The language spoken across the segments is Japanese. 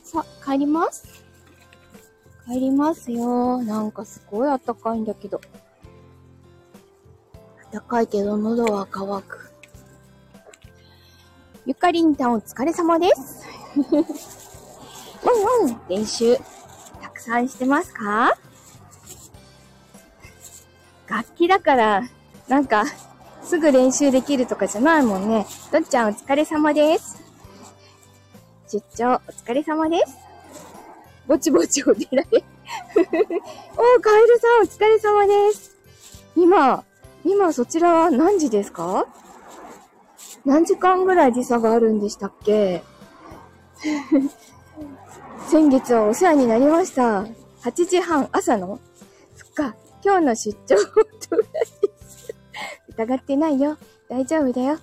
さあ、帰ります。帰りますよ。なんかすごい暖かいんだけど。暖かいけど喉は渇く。ゆかりんたんお疲れ様です。練習、たくさんしてますか？楽器だから、なんか、すぐ練習できるとかじゃないもんね。どっちゃんお疲れ様です。出張お疲れ様です。ぼちぼちお寺で。おー、カエルさんお疲れ様です。今そちらは何時ですか？何時間ぐらい時差があるんでしたっけ？先月はお世話になりました。8時半朝の？そっか、今日の出張と同じです。疑ってないよ。大丈夫だよ。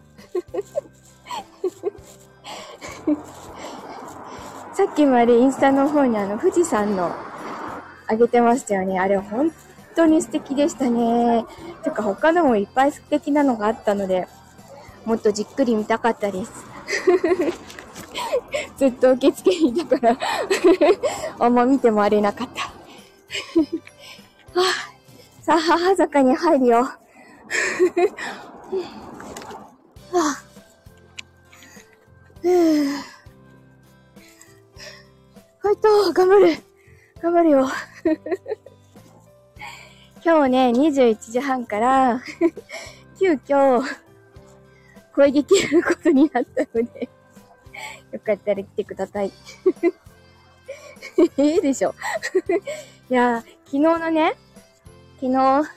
さっきまでインスタの方に富士山の上げてましたよね。あれ本当に素敵でしたね。てか他のもいっぱい素敵なのがあったので、もっとじっくり見たかったです。ずっと受付にいたからあんま見てもあれなかった。さあ、母坂に入るよ。ファイト頑張るよ。今日ね、21時半から急遽声劇やることになったのでよかったら来てください。でしょ。いや、昨日、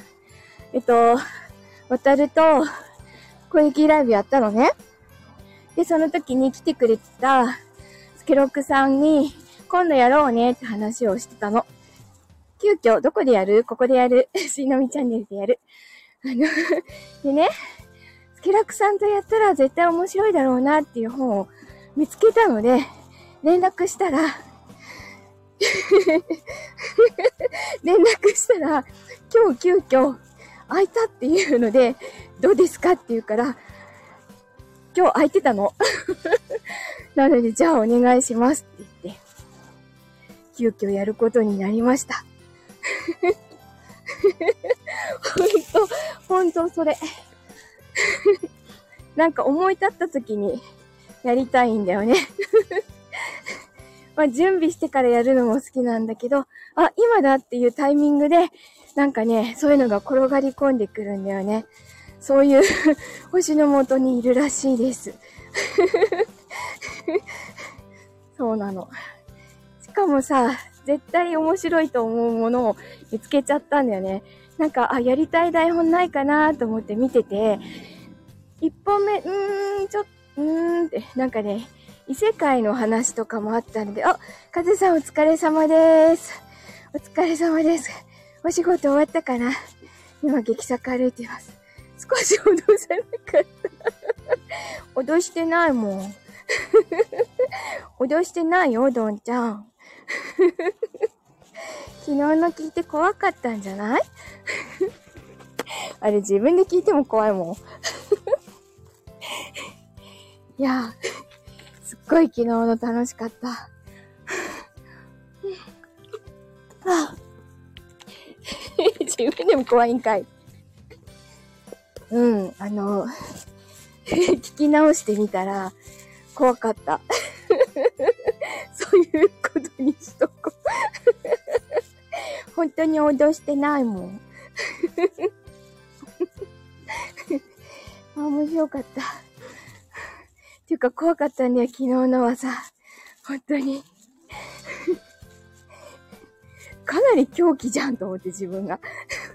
渡ると声劇ライブやったのね。で、その時に来てくれてたスケロックさんに今度やろうねって話をしてたの。急遽どこでやる？ここでやる。しのみチャンネルでやる。でね、スケラクさんとやったら絶対面白いだろうなっていう本を見つけたので、連絡したら、今日急遽空いたっていうので、どうですかって言うから、今日空いてたの。なので、じゃあお願いしますって言って、急遽やることになりました。ほんとそれ。なんか思い立った時にやりたいんだよね。まあ準備してからやるのも好きなんだけど、あ、今だっていうタイミングで、なんかね、そういうのが転がり込んでくるんだよね。そういう星の下にいるらしいです。そうなの。しかもさ、絶対面白いと思うものを見つけちゃったんだよね。なんか、やりたい台本ないかなと思って見てて、一本目、って、なんかね、異世界の話とかもあったので、カズさんお疲れ様です。お疲れ様です。お仕事終わったかな？今、激坂歩いてます。少し脅さなかった。脅してないもん。脅してないよ、どんちゃん。昨日の聞いて怖かったんじゃない？あれ自分で聞いても怖いもん。いや、すっごい昨日の楽しかった。自分でも怖いんかい。聞き直してみたら怖かった。そういうことにしとこう。本当に脅してないもん。面白かった。っていうか怖かったんだよ、昨日のはさ。本当に。かなり狂気じゃんと思って自分が。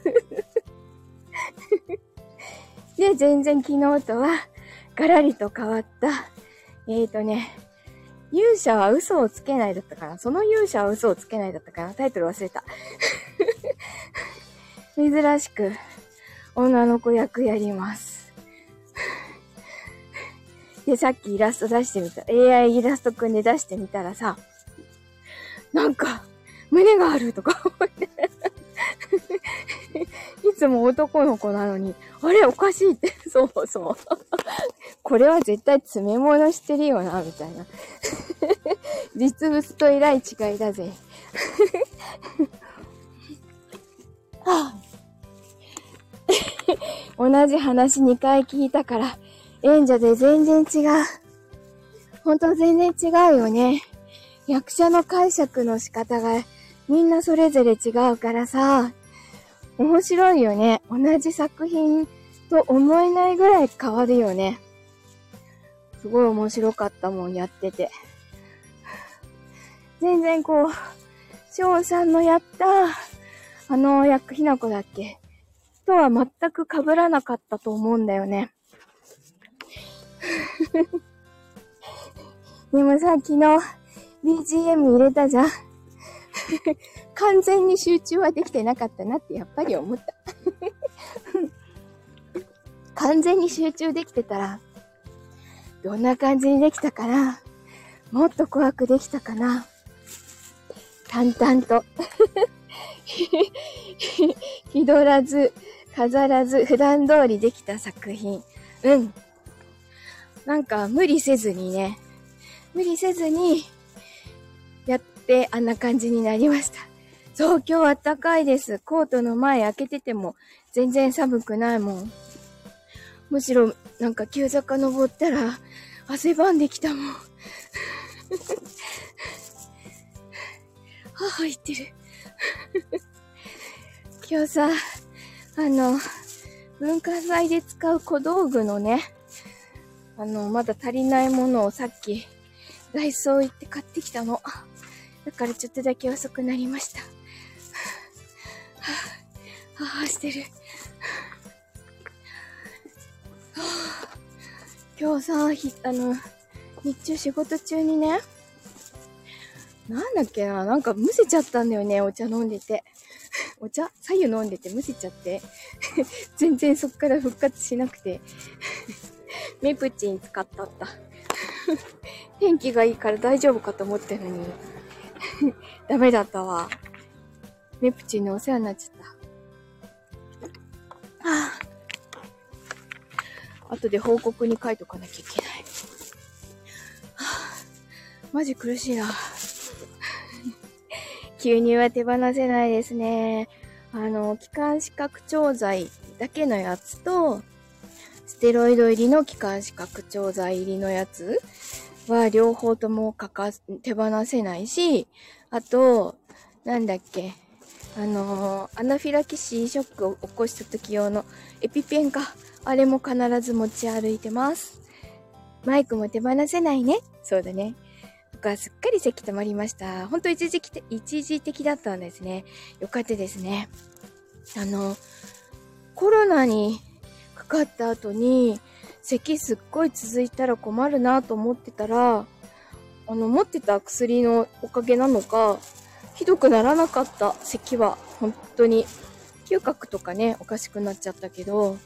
で、全然昨日とはガラリと変わった。勇者は嘘をつけないだったかな。その勇者は嘘をつけないだったかな。タイトル忘れた。珍しく女の子役やります。で、さっきイラスト出してみた。AI イラストくんで出してみたらさ、なんか胸があるとか思って。いつも男の子なのに、あれおかしいって。そう。これは絶対詰め物してるよな、みたいな。 実物とえらい違いだぜ。はあ、同じ話2回聞いたから、演者で全然違う。ほんと全然違うよね。役者の解釈の仕方がみんなそれぞれ違うからさ、面白いよね。同じ作品と思えないぐらい変わるよね。すごい面白かったもん、やってて。全然こう、翔さんのやった、役、ひなこだっけとは全く被らなかったと思うんだよね。でもさ、昨日 BGM 入れたじゃん。完全に集中はできてなかったなってやっぱり思った。完全に集中できてたら、どんな感じにできたかな？もっと怖くできたかな？淡々と。気取らず、飾らず、普段通りできた作品。うん。なんか無理せずにやってあんな感じになりました。そう、今日暖かいです。コートの前開けてても全然寒くないもん。むしろなんか急坂登ったら汗ばんできたもん。言ってる。今日さ、文化祭で使う小道具のね、まだ足りないものをさっきダイソー行って買ってきたの。だからちょっとだけ遅くなりました。してる。今日さ、日中仕事中にね、なんだっけな、なんかむせちゃったんだよね、お茶飲んでて。白湯飲んでてむせちゃって。全然そっから復活しなくて。メプチン使ったった。天気がいいから大丈夫かと思ったのに。ダメだったわ。メプチンのお世話になっちゃった。後で報告に書いとかなきゃいけない。マジ苦しいな。吸入は手放せないですね。気管支拡張剤だけのやつと、ステロイド入りの気管支拡張剤入りのやつは両方とも手放せないし、あと、なんだっけ、アナフィラキシーショックを起こした時用のエピペンか。あれも必ず持ち歩いてます。マイクも手放せないね。そうだね。僕はすっかり咳止まりました。ほんと一時的だったんですね。よかったですね。コロナにかかった後に咳すっごい続いたら困るなと思ってたら、持ってた薬のおかげなのか、ひどくならなかった。咳は本当に嗅覚とかね、おかしくなっちゃったけど、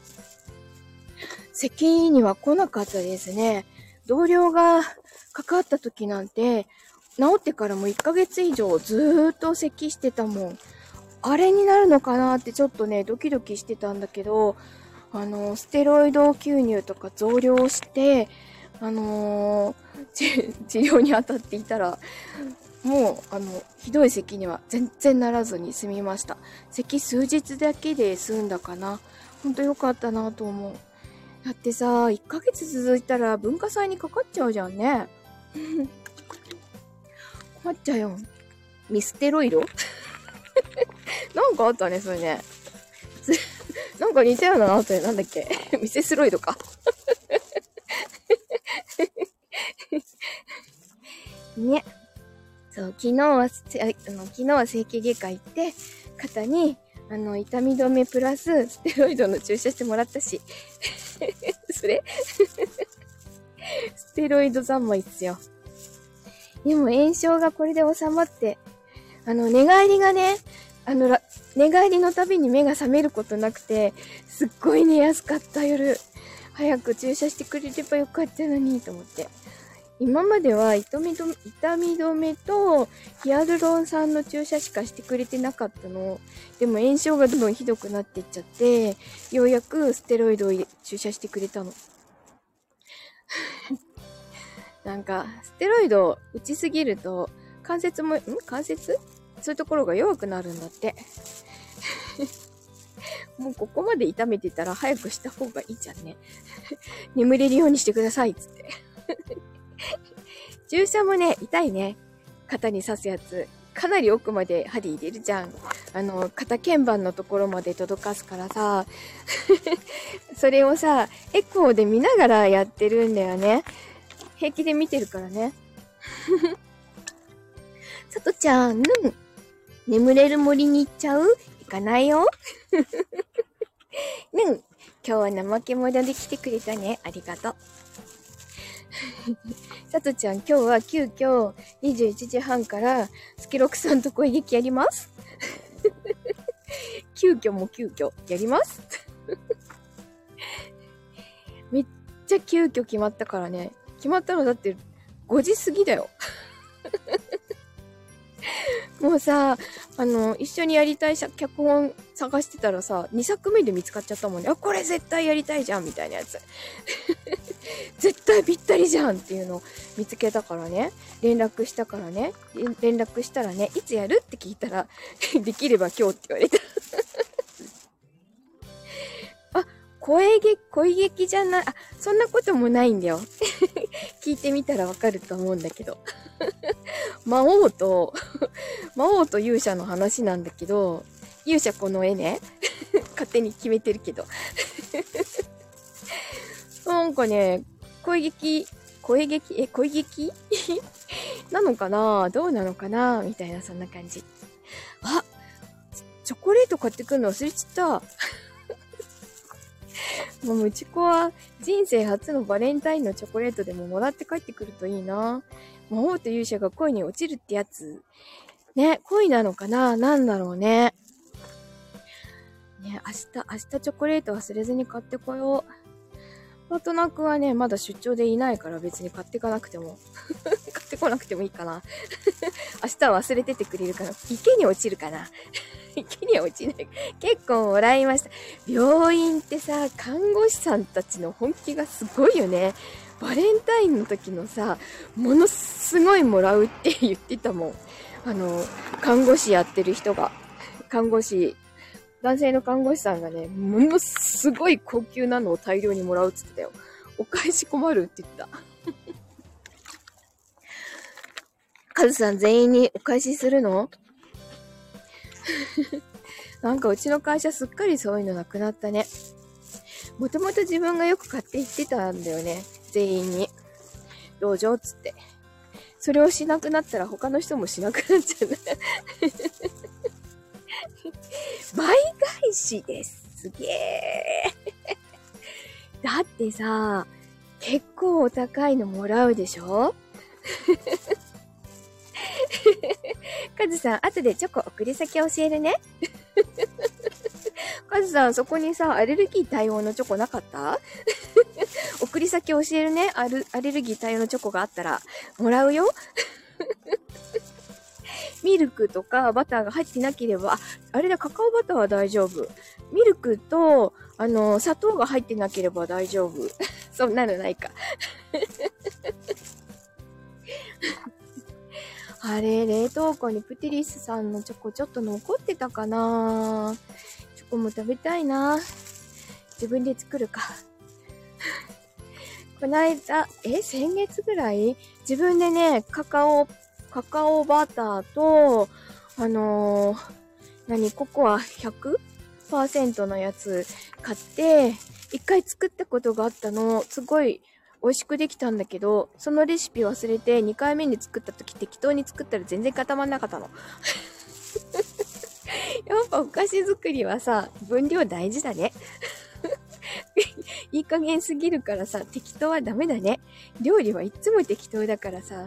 咳には来なかったですね。同僚がかかった時なんて、治ってからも1ヶ月以上ずーっと咳してたもん。あれになるのかなってちょっとね、ドキドキしてたんだけど、ステロイド吸入とか増量して、治療に当たっていたら、もう、ひどい咳には全然ならずに済みました。咳数日だけで済んだかな。ほんとよかったなと思う。だってさ、1ヶ月続いたら文化祭にかかっちゃうじゃんね。困っちゃうよ。ミステロイドなんかあったね、それね。なんか似たような後でなんだっけミセスロイドか。ね。そう、昨日は整形外科行って、肩に、痛み止めプラスステロイドの注射してもらったし。それステロイド三昧っすよ。でも炎症がこれで収まって、寝返りがね、寝返りのたびに目が覚めることなくて、すっごい寝やすかった夜。早く注射してくれればよかったのに、と思って。今までは痛み止めとヒアルロン酸の注射しかしてくれてなかったの。でも炎症がどんどんひどくなっていっちゃって、ようやくステロイドを注射してくれたの。 なんか、ステロイド打ちすぎると、関節そういうところが弱くなるんだって。もうここまで痛めてたら早くした方がいいじゃんね。眠れるようにしてください、つって。注射もね、痛いね。肩に刺すやつ。かなり奥まで針入れるじゃん。肩鍵盤のところまで届かすからさ。それをさ、エコーで見ながらやってるんだよね。平気で見てるからね。さとちゃん、眠れる森に行っちゃう？行かないよ。今日は怠け者で来てくれたね。ありがとう。さとちゃん、今日は急遽21時半からスケロクさんと声劇やります。急遽やります。めっちゃ急遽決まったからね。決まったのだって5時過ぎだよ。もうさ、一緒にやりたい脚本探してたらさ、2作目で見つかっちゃったもんね。これ絶対やりたいじゃんみたいなやつ。絶対ぴったりじゃんっていうのを見つけたからね。連絡したらね、いつやるって聞いたら、できれば今日って言われた。声劇じゃない。そんなこともないんだよ。聞いてみたらわかると思うんだけど。魔王と勇者の話なんだけど、勇者この絵ね。勝手に決めてるけど。なんかね、声劇なのかな？どうなのかな？みたいな、そんな感じ。チョコレート買ってくるの忘れちゃった。もうムチコは人生初のバレンタインのチョコレートでももらって帰ってくるといいな。魔王と勇者が恋に落ちるってやつ。ね、恋なのかな？なんだろうね。ね、明日チョコレート忘れずに買ってこよう。パトナ君はね、まだ出張でいないから別に買ってこなくてもいいかな。明日は忘れててくれるかな。池に落ちるかな。池には落ちない。結構もらいました。病院ってさ、看護師さんたちの本気がすごいよね。バレンタインの時のさ、ものすごいもらうって言ってたもん。看護師やってる人が。男性の看護師さんがね、ものすごい高級なのを大量にもらうって言ってたよ。お返し困るって言った。カズさん全員にお返しするの？なんかうちの会社すっかりそういうのなくなったね。もともと自分がよく買って行ってたんだよね。全員に。どうぞっつって。それをしなくなったら他の人もしなくなっちゃう。倍返しです。すげー。だってさ、結構お高いのもらうでしょ？カズさん、後でチョコ送り先教えるね。カズさん、そこにさ、アレルギー対応のチョコなかった？送り先教えるね。アレルギー対応のチョコがあったら、もらうよ。ミルクとかバターが入ってなければ、あれだ、カカオバターは大丈夫。ミルクと、砂糖が入ってなければ大丈夫。そんなのないか。あれ、冷凍庫にプティリスさんのチョコちょっと残ってたかな？チョコも食べたいな。自分で作るか。こないだ、先月ぐらい自分でね、カカオバターと、ココア 100% のやつ買って、一回作ったことがあったの。すごい美味しくできたんだけど、そのレシピ忘れて2回目に作った時適当に作ったら全然固まんなかったの。やっぱお菓子作りはさ、分量大事だね。いい加減すぎるからさ、適当はダメだね。料理はいつも適当だからさ。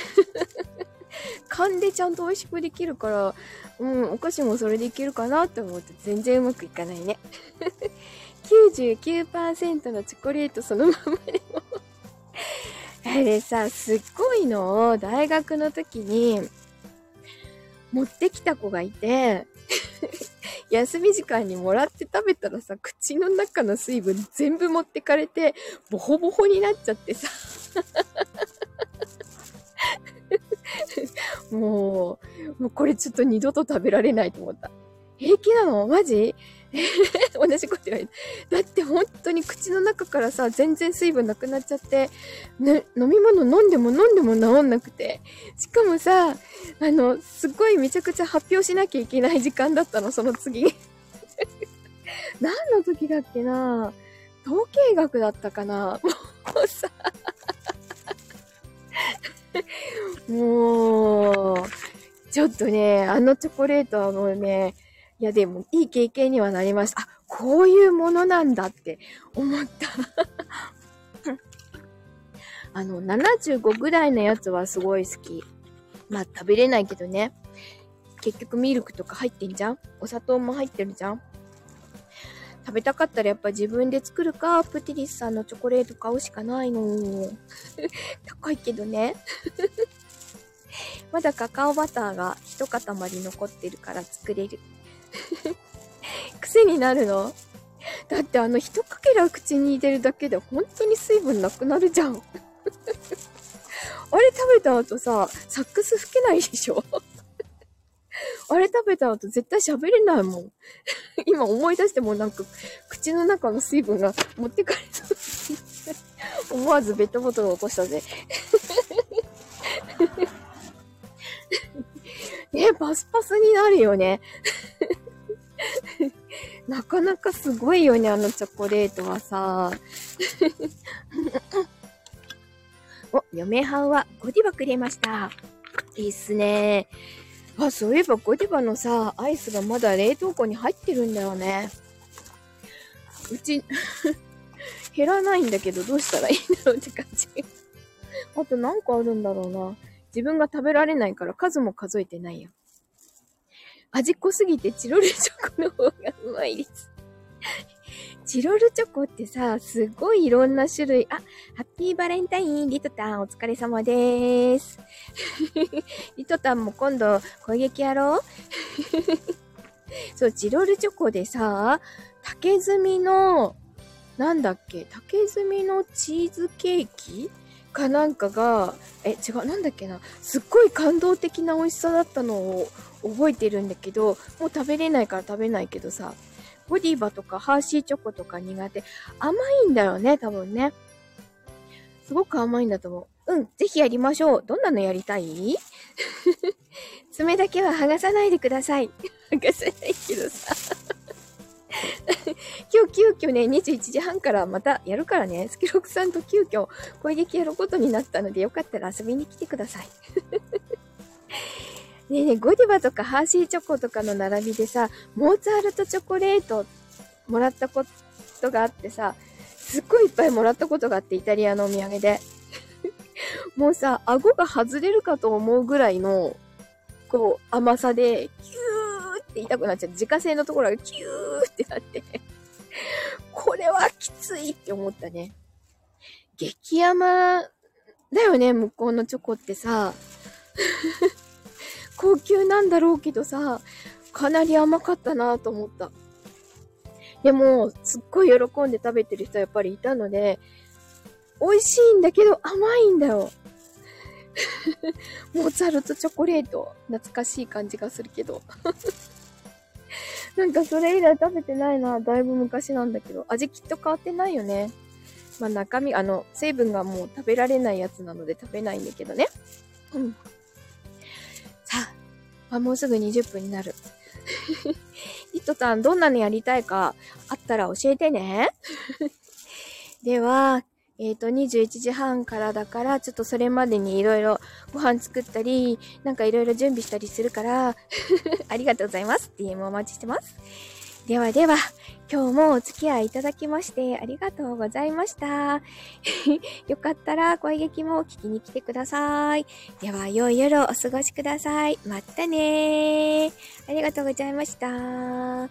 勘でちゃんと美味しくできるから、お菓子もそれでいけるかなって思って全然うまくいかないね。99% のチョコレートそのままでも。あれさ、すっごいのを大学の時に持ってきた子がいて、休み時間にもらって食べたらさ、口の中の水分全部持ってかれて、ボホボホになっちゃってさ。 もうこれちょっと二度と食べられないと思った。平気なの？マジ？同じこと言われる。だって本当に口の中からさ、全然水分なくなっちゃって、ね、飲み物飲んでも治んなくて。しかもさ、すっごいめちゃくちゃ発表しなきゃいけない時間だったの、その次。何の時だっけな？統計学だったかな？もうさ、もう、ちょっとね、あのチョコレートはもうね、いやでもいい経験にはなりました。あ、こういうものなんだって思った。75ぐらいのやつはすごい好き。まあ食べれないけどね。結局ミルクとか入ってんじゃん？お砂糖も入ってるじゃん？食べたかったらやっぱ自分で作るか、プティリスさんのチョコレート買うしかないの。高いけどね。まだカカオバターが一塊残ってるから作れる。癖になるの？だって一かけら口に入れるだけで本当に水分なくなるじゃん。あれ食べた後さ、サックス吹けないでしょ？あれ食べた後絶対喋れないもん。今思い出してもなんか口の中の水分が持ってかれそう。思わずペットボトルを落としたぜ。ね、パスパスになるよね。なかなかすごいよね、あのチョコレートはさ。お、嫁はんはゴディバくれました。いいっすね。あ、そういえばゴディバのさ、アイスがまだ冷凍庫に入ってるんだよね。うち、減らないんだけどどうしたらいいんだろうって感じ。あと何個あるんだろうな。自分が食べられないから数も数えてないよ。味濃すぎてチロルチョコの方がうまいです。チロルチョコってさ、すごいいろんな種類。あ、ハッピーバレンタイン、リトタンお疲れ様でーす。リトタンも今度攻撃やろう。そう、チロルチョコでさ、竹炭の、なんだっけ、竹炭のチーズケーキかなんかが、違う、なんだっけな、すっごい感動的な美味しさだったのを覚えてるんだけど、もう食べれないから食べないけどさ、ゴディバとかハーシーチョコとか苦手。甘いんだよね、多分ね。すごく甘いんだと思う。うん、ぜひやりましょう。どんなのやりたい？爪だけは剥がさないでください。剥がさないけどさ。今日急遽ね、21時半からまたやるからね、スケロクさんと急遽攻撃やることになったので、よかったら遊びに来てください。ねえねえ、ゴディバとかハーシーチョコとかの並びでさ、モーツァルトチョコレートもらったことがあってさ、すっごいいっぱいもらったことがあって、イタリアのお土産で。もうさ、顎が外れるかと思うぐらいの、こう、甘さで、キューって痛くなっちゃって、自家製のところがキューってなって、これはきついって思ったね。激甘だよね、向こうのチョコってさ。高級なんだろうけどさ、かなり甘かったなと思った。でも、すっごい喜んで食べてる人はやっぱりいたので、美味しいんだけど甘いんだよ。モーツァルトチョコレート。懐かしい感じがするけど。なんかそれ以来食べてないな。だいぶ昔なんだけど。味きっと変わってないよね。まあ中身、成分がもう食べられないやつなので食べないんだけどね。うん。さあ、もうすぐ20分になる。リトさん、どんなのやりたいかあったら教えてね。では、21時半からだから、ちょっとそれまでにいろいろご飯作ったり、なんかいろいろ準備したりするから、ありがとうございます。DM お待ちしてます。ではでは、今日もお付き合いいただきましてありがとうございました。よかったら声劇も聞きに来てください。では、良い夜をお過ごしください。またねー。ありがとうございました。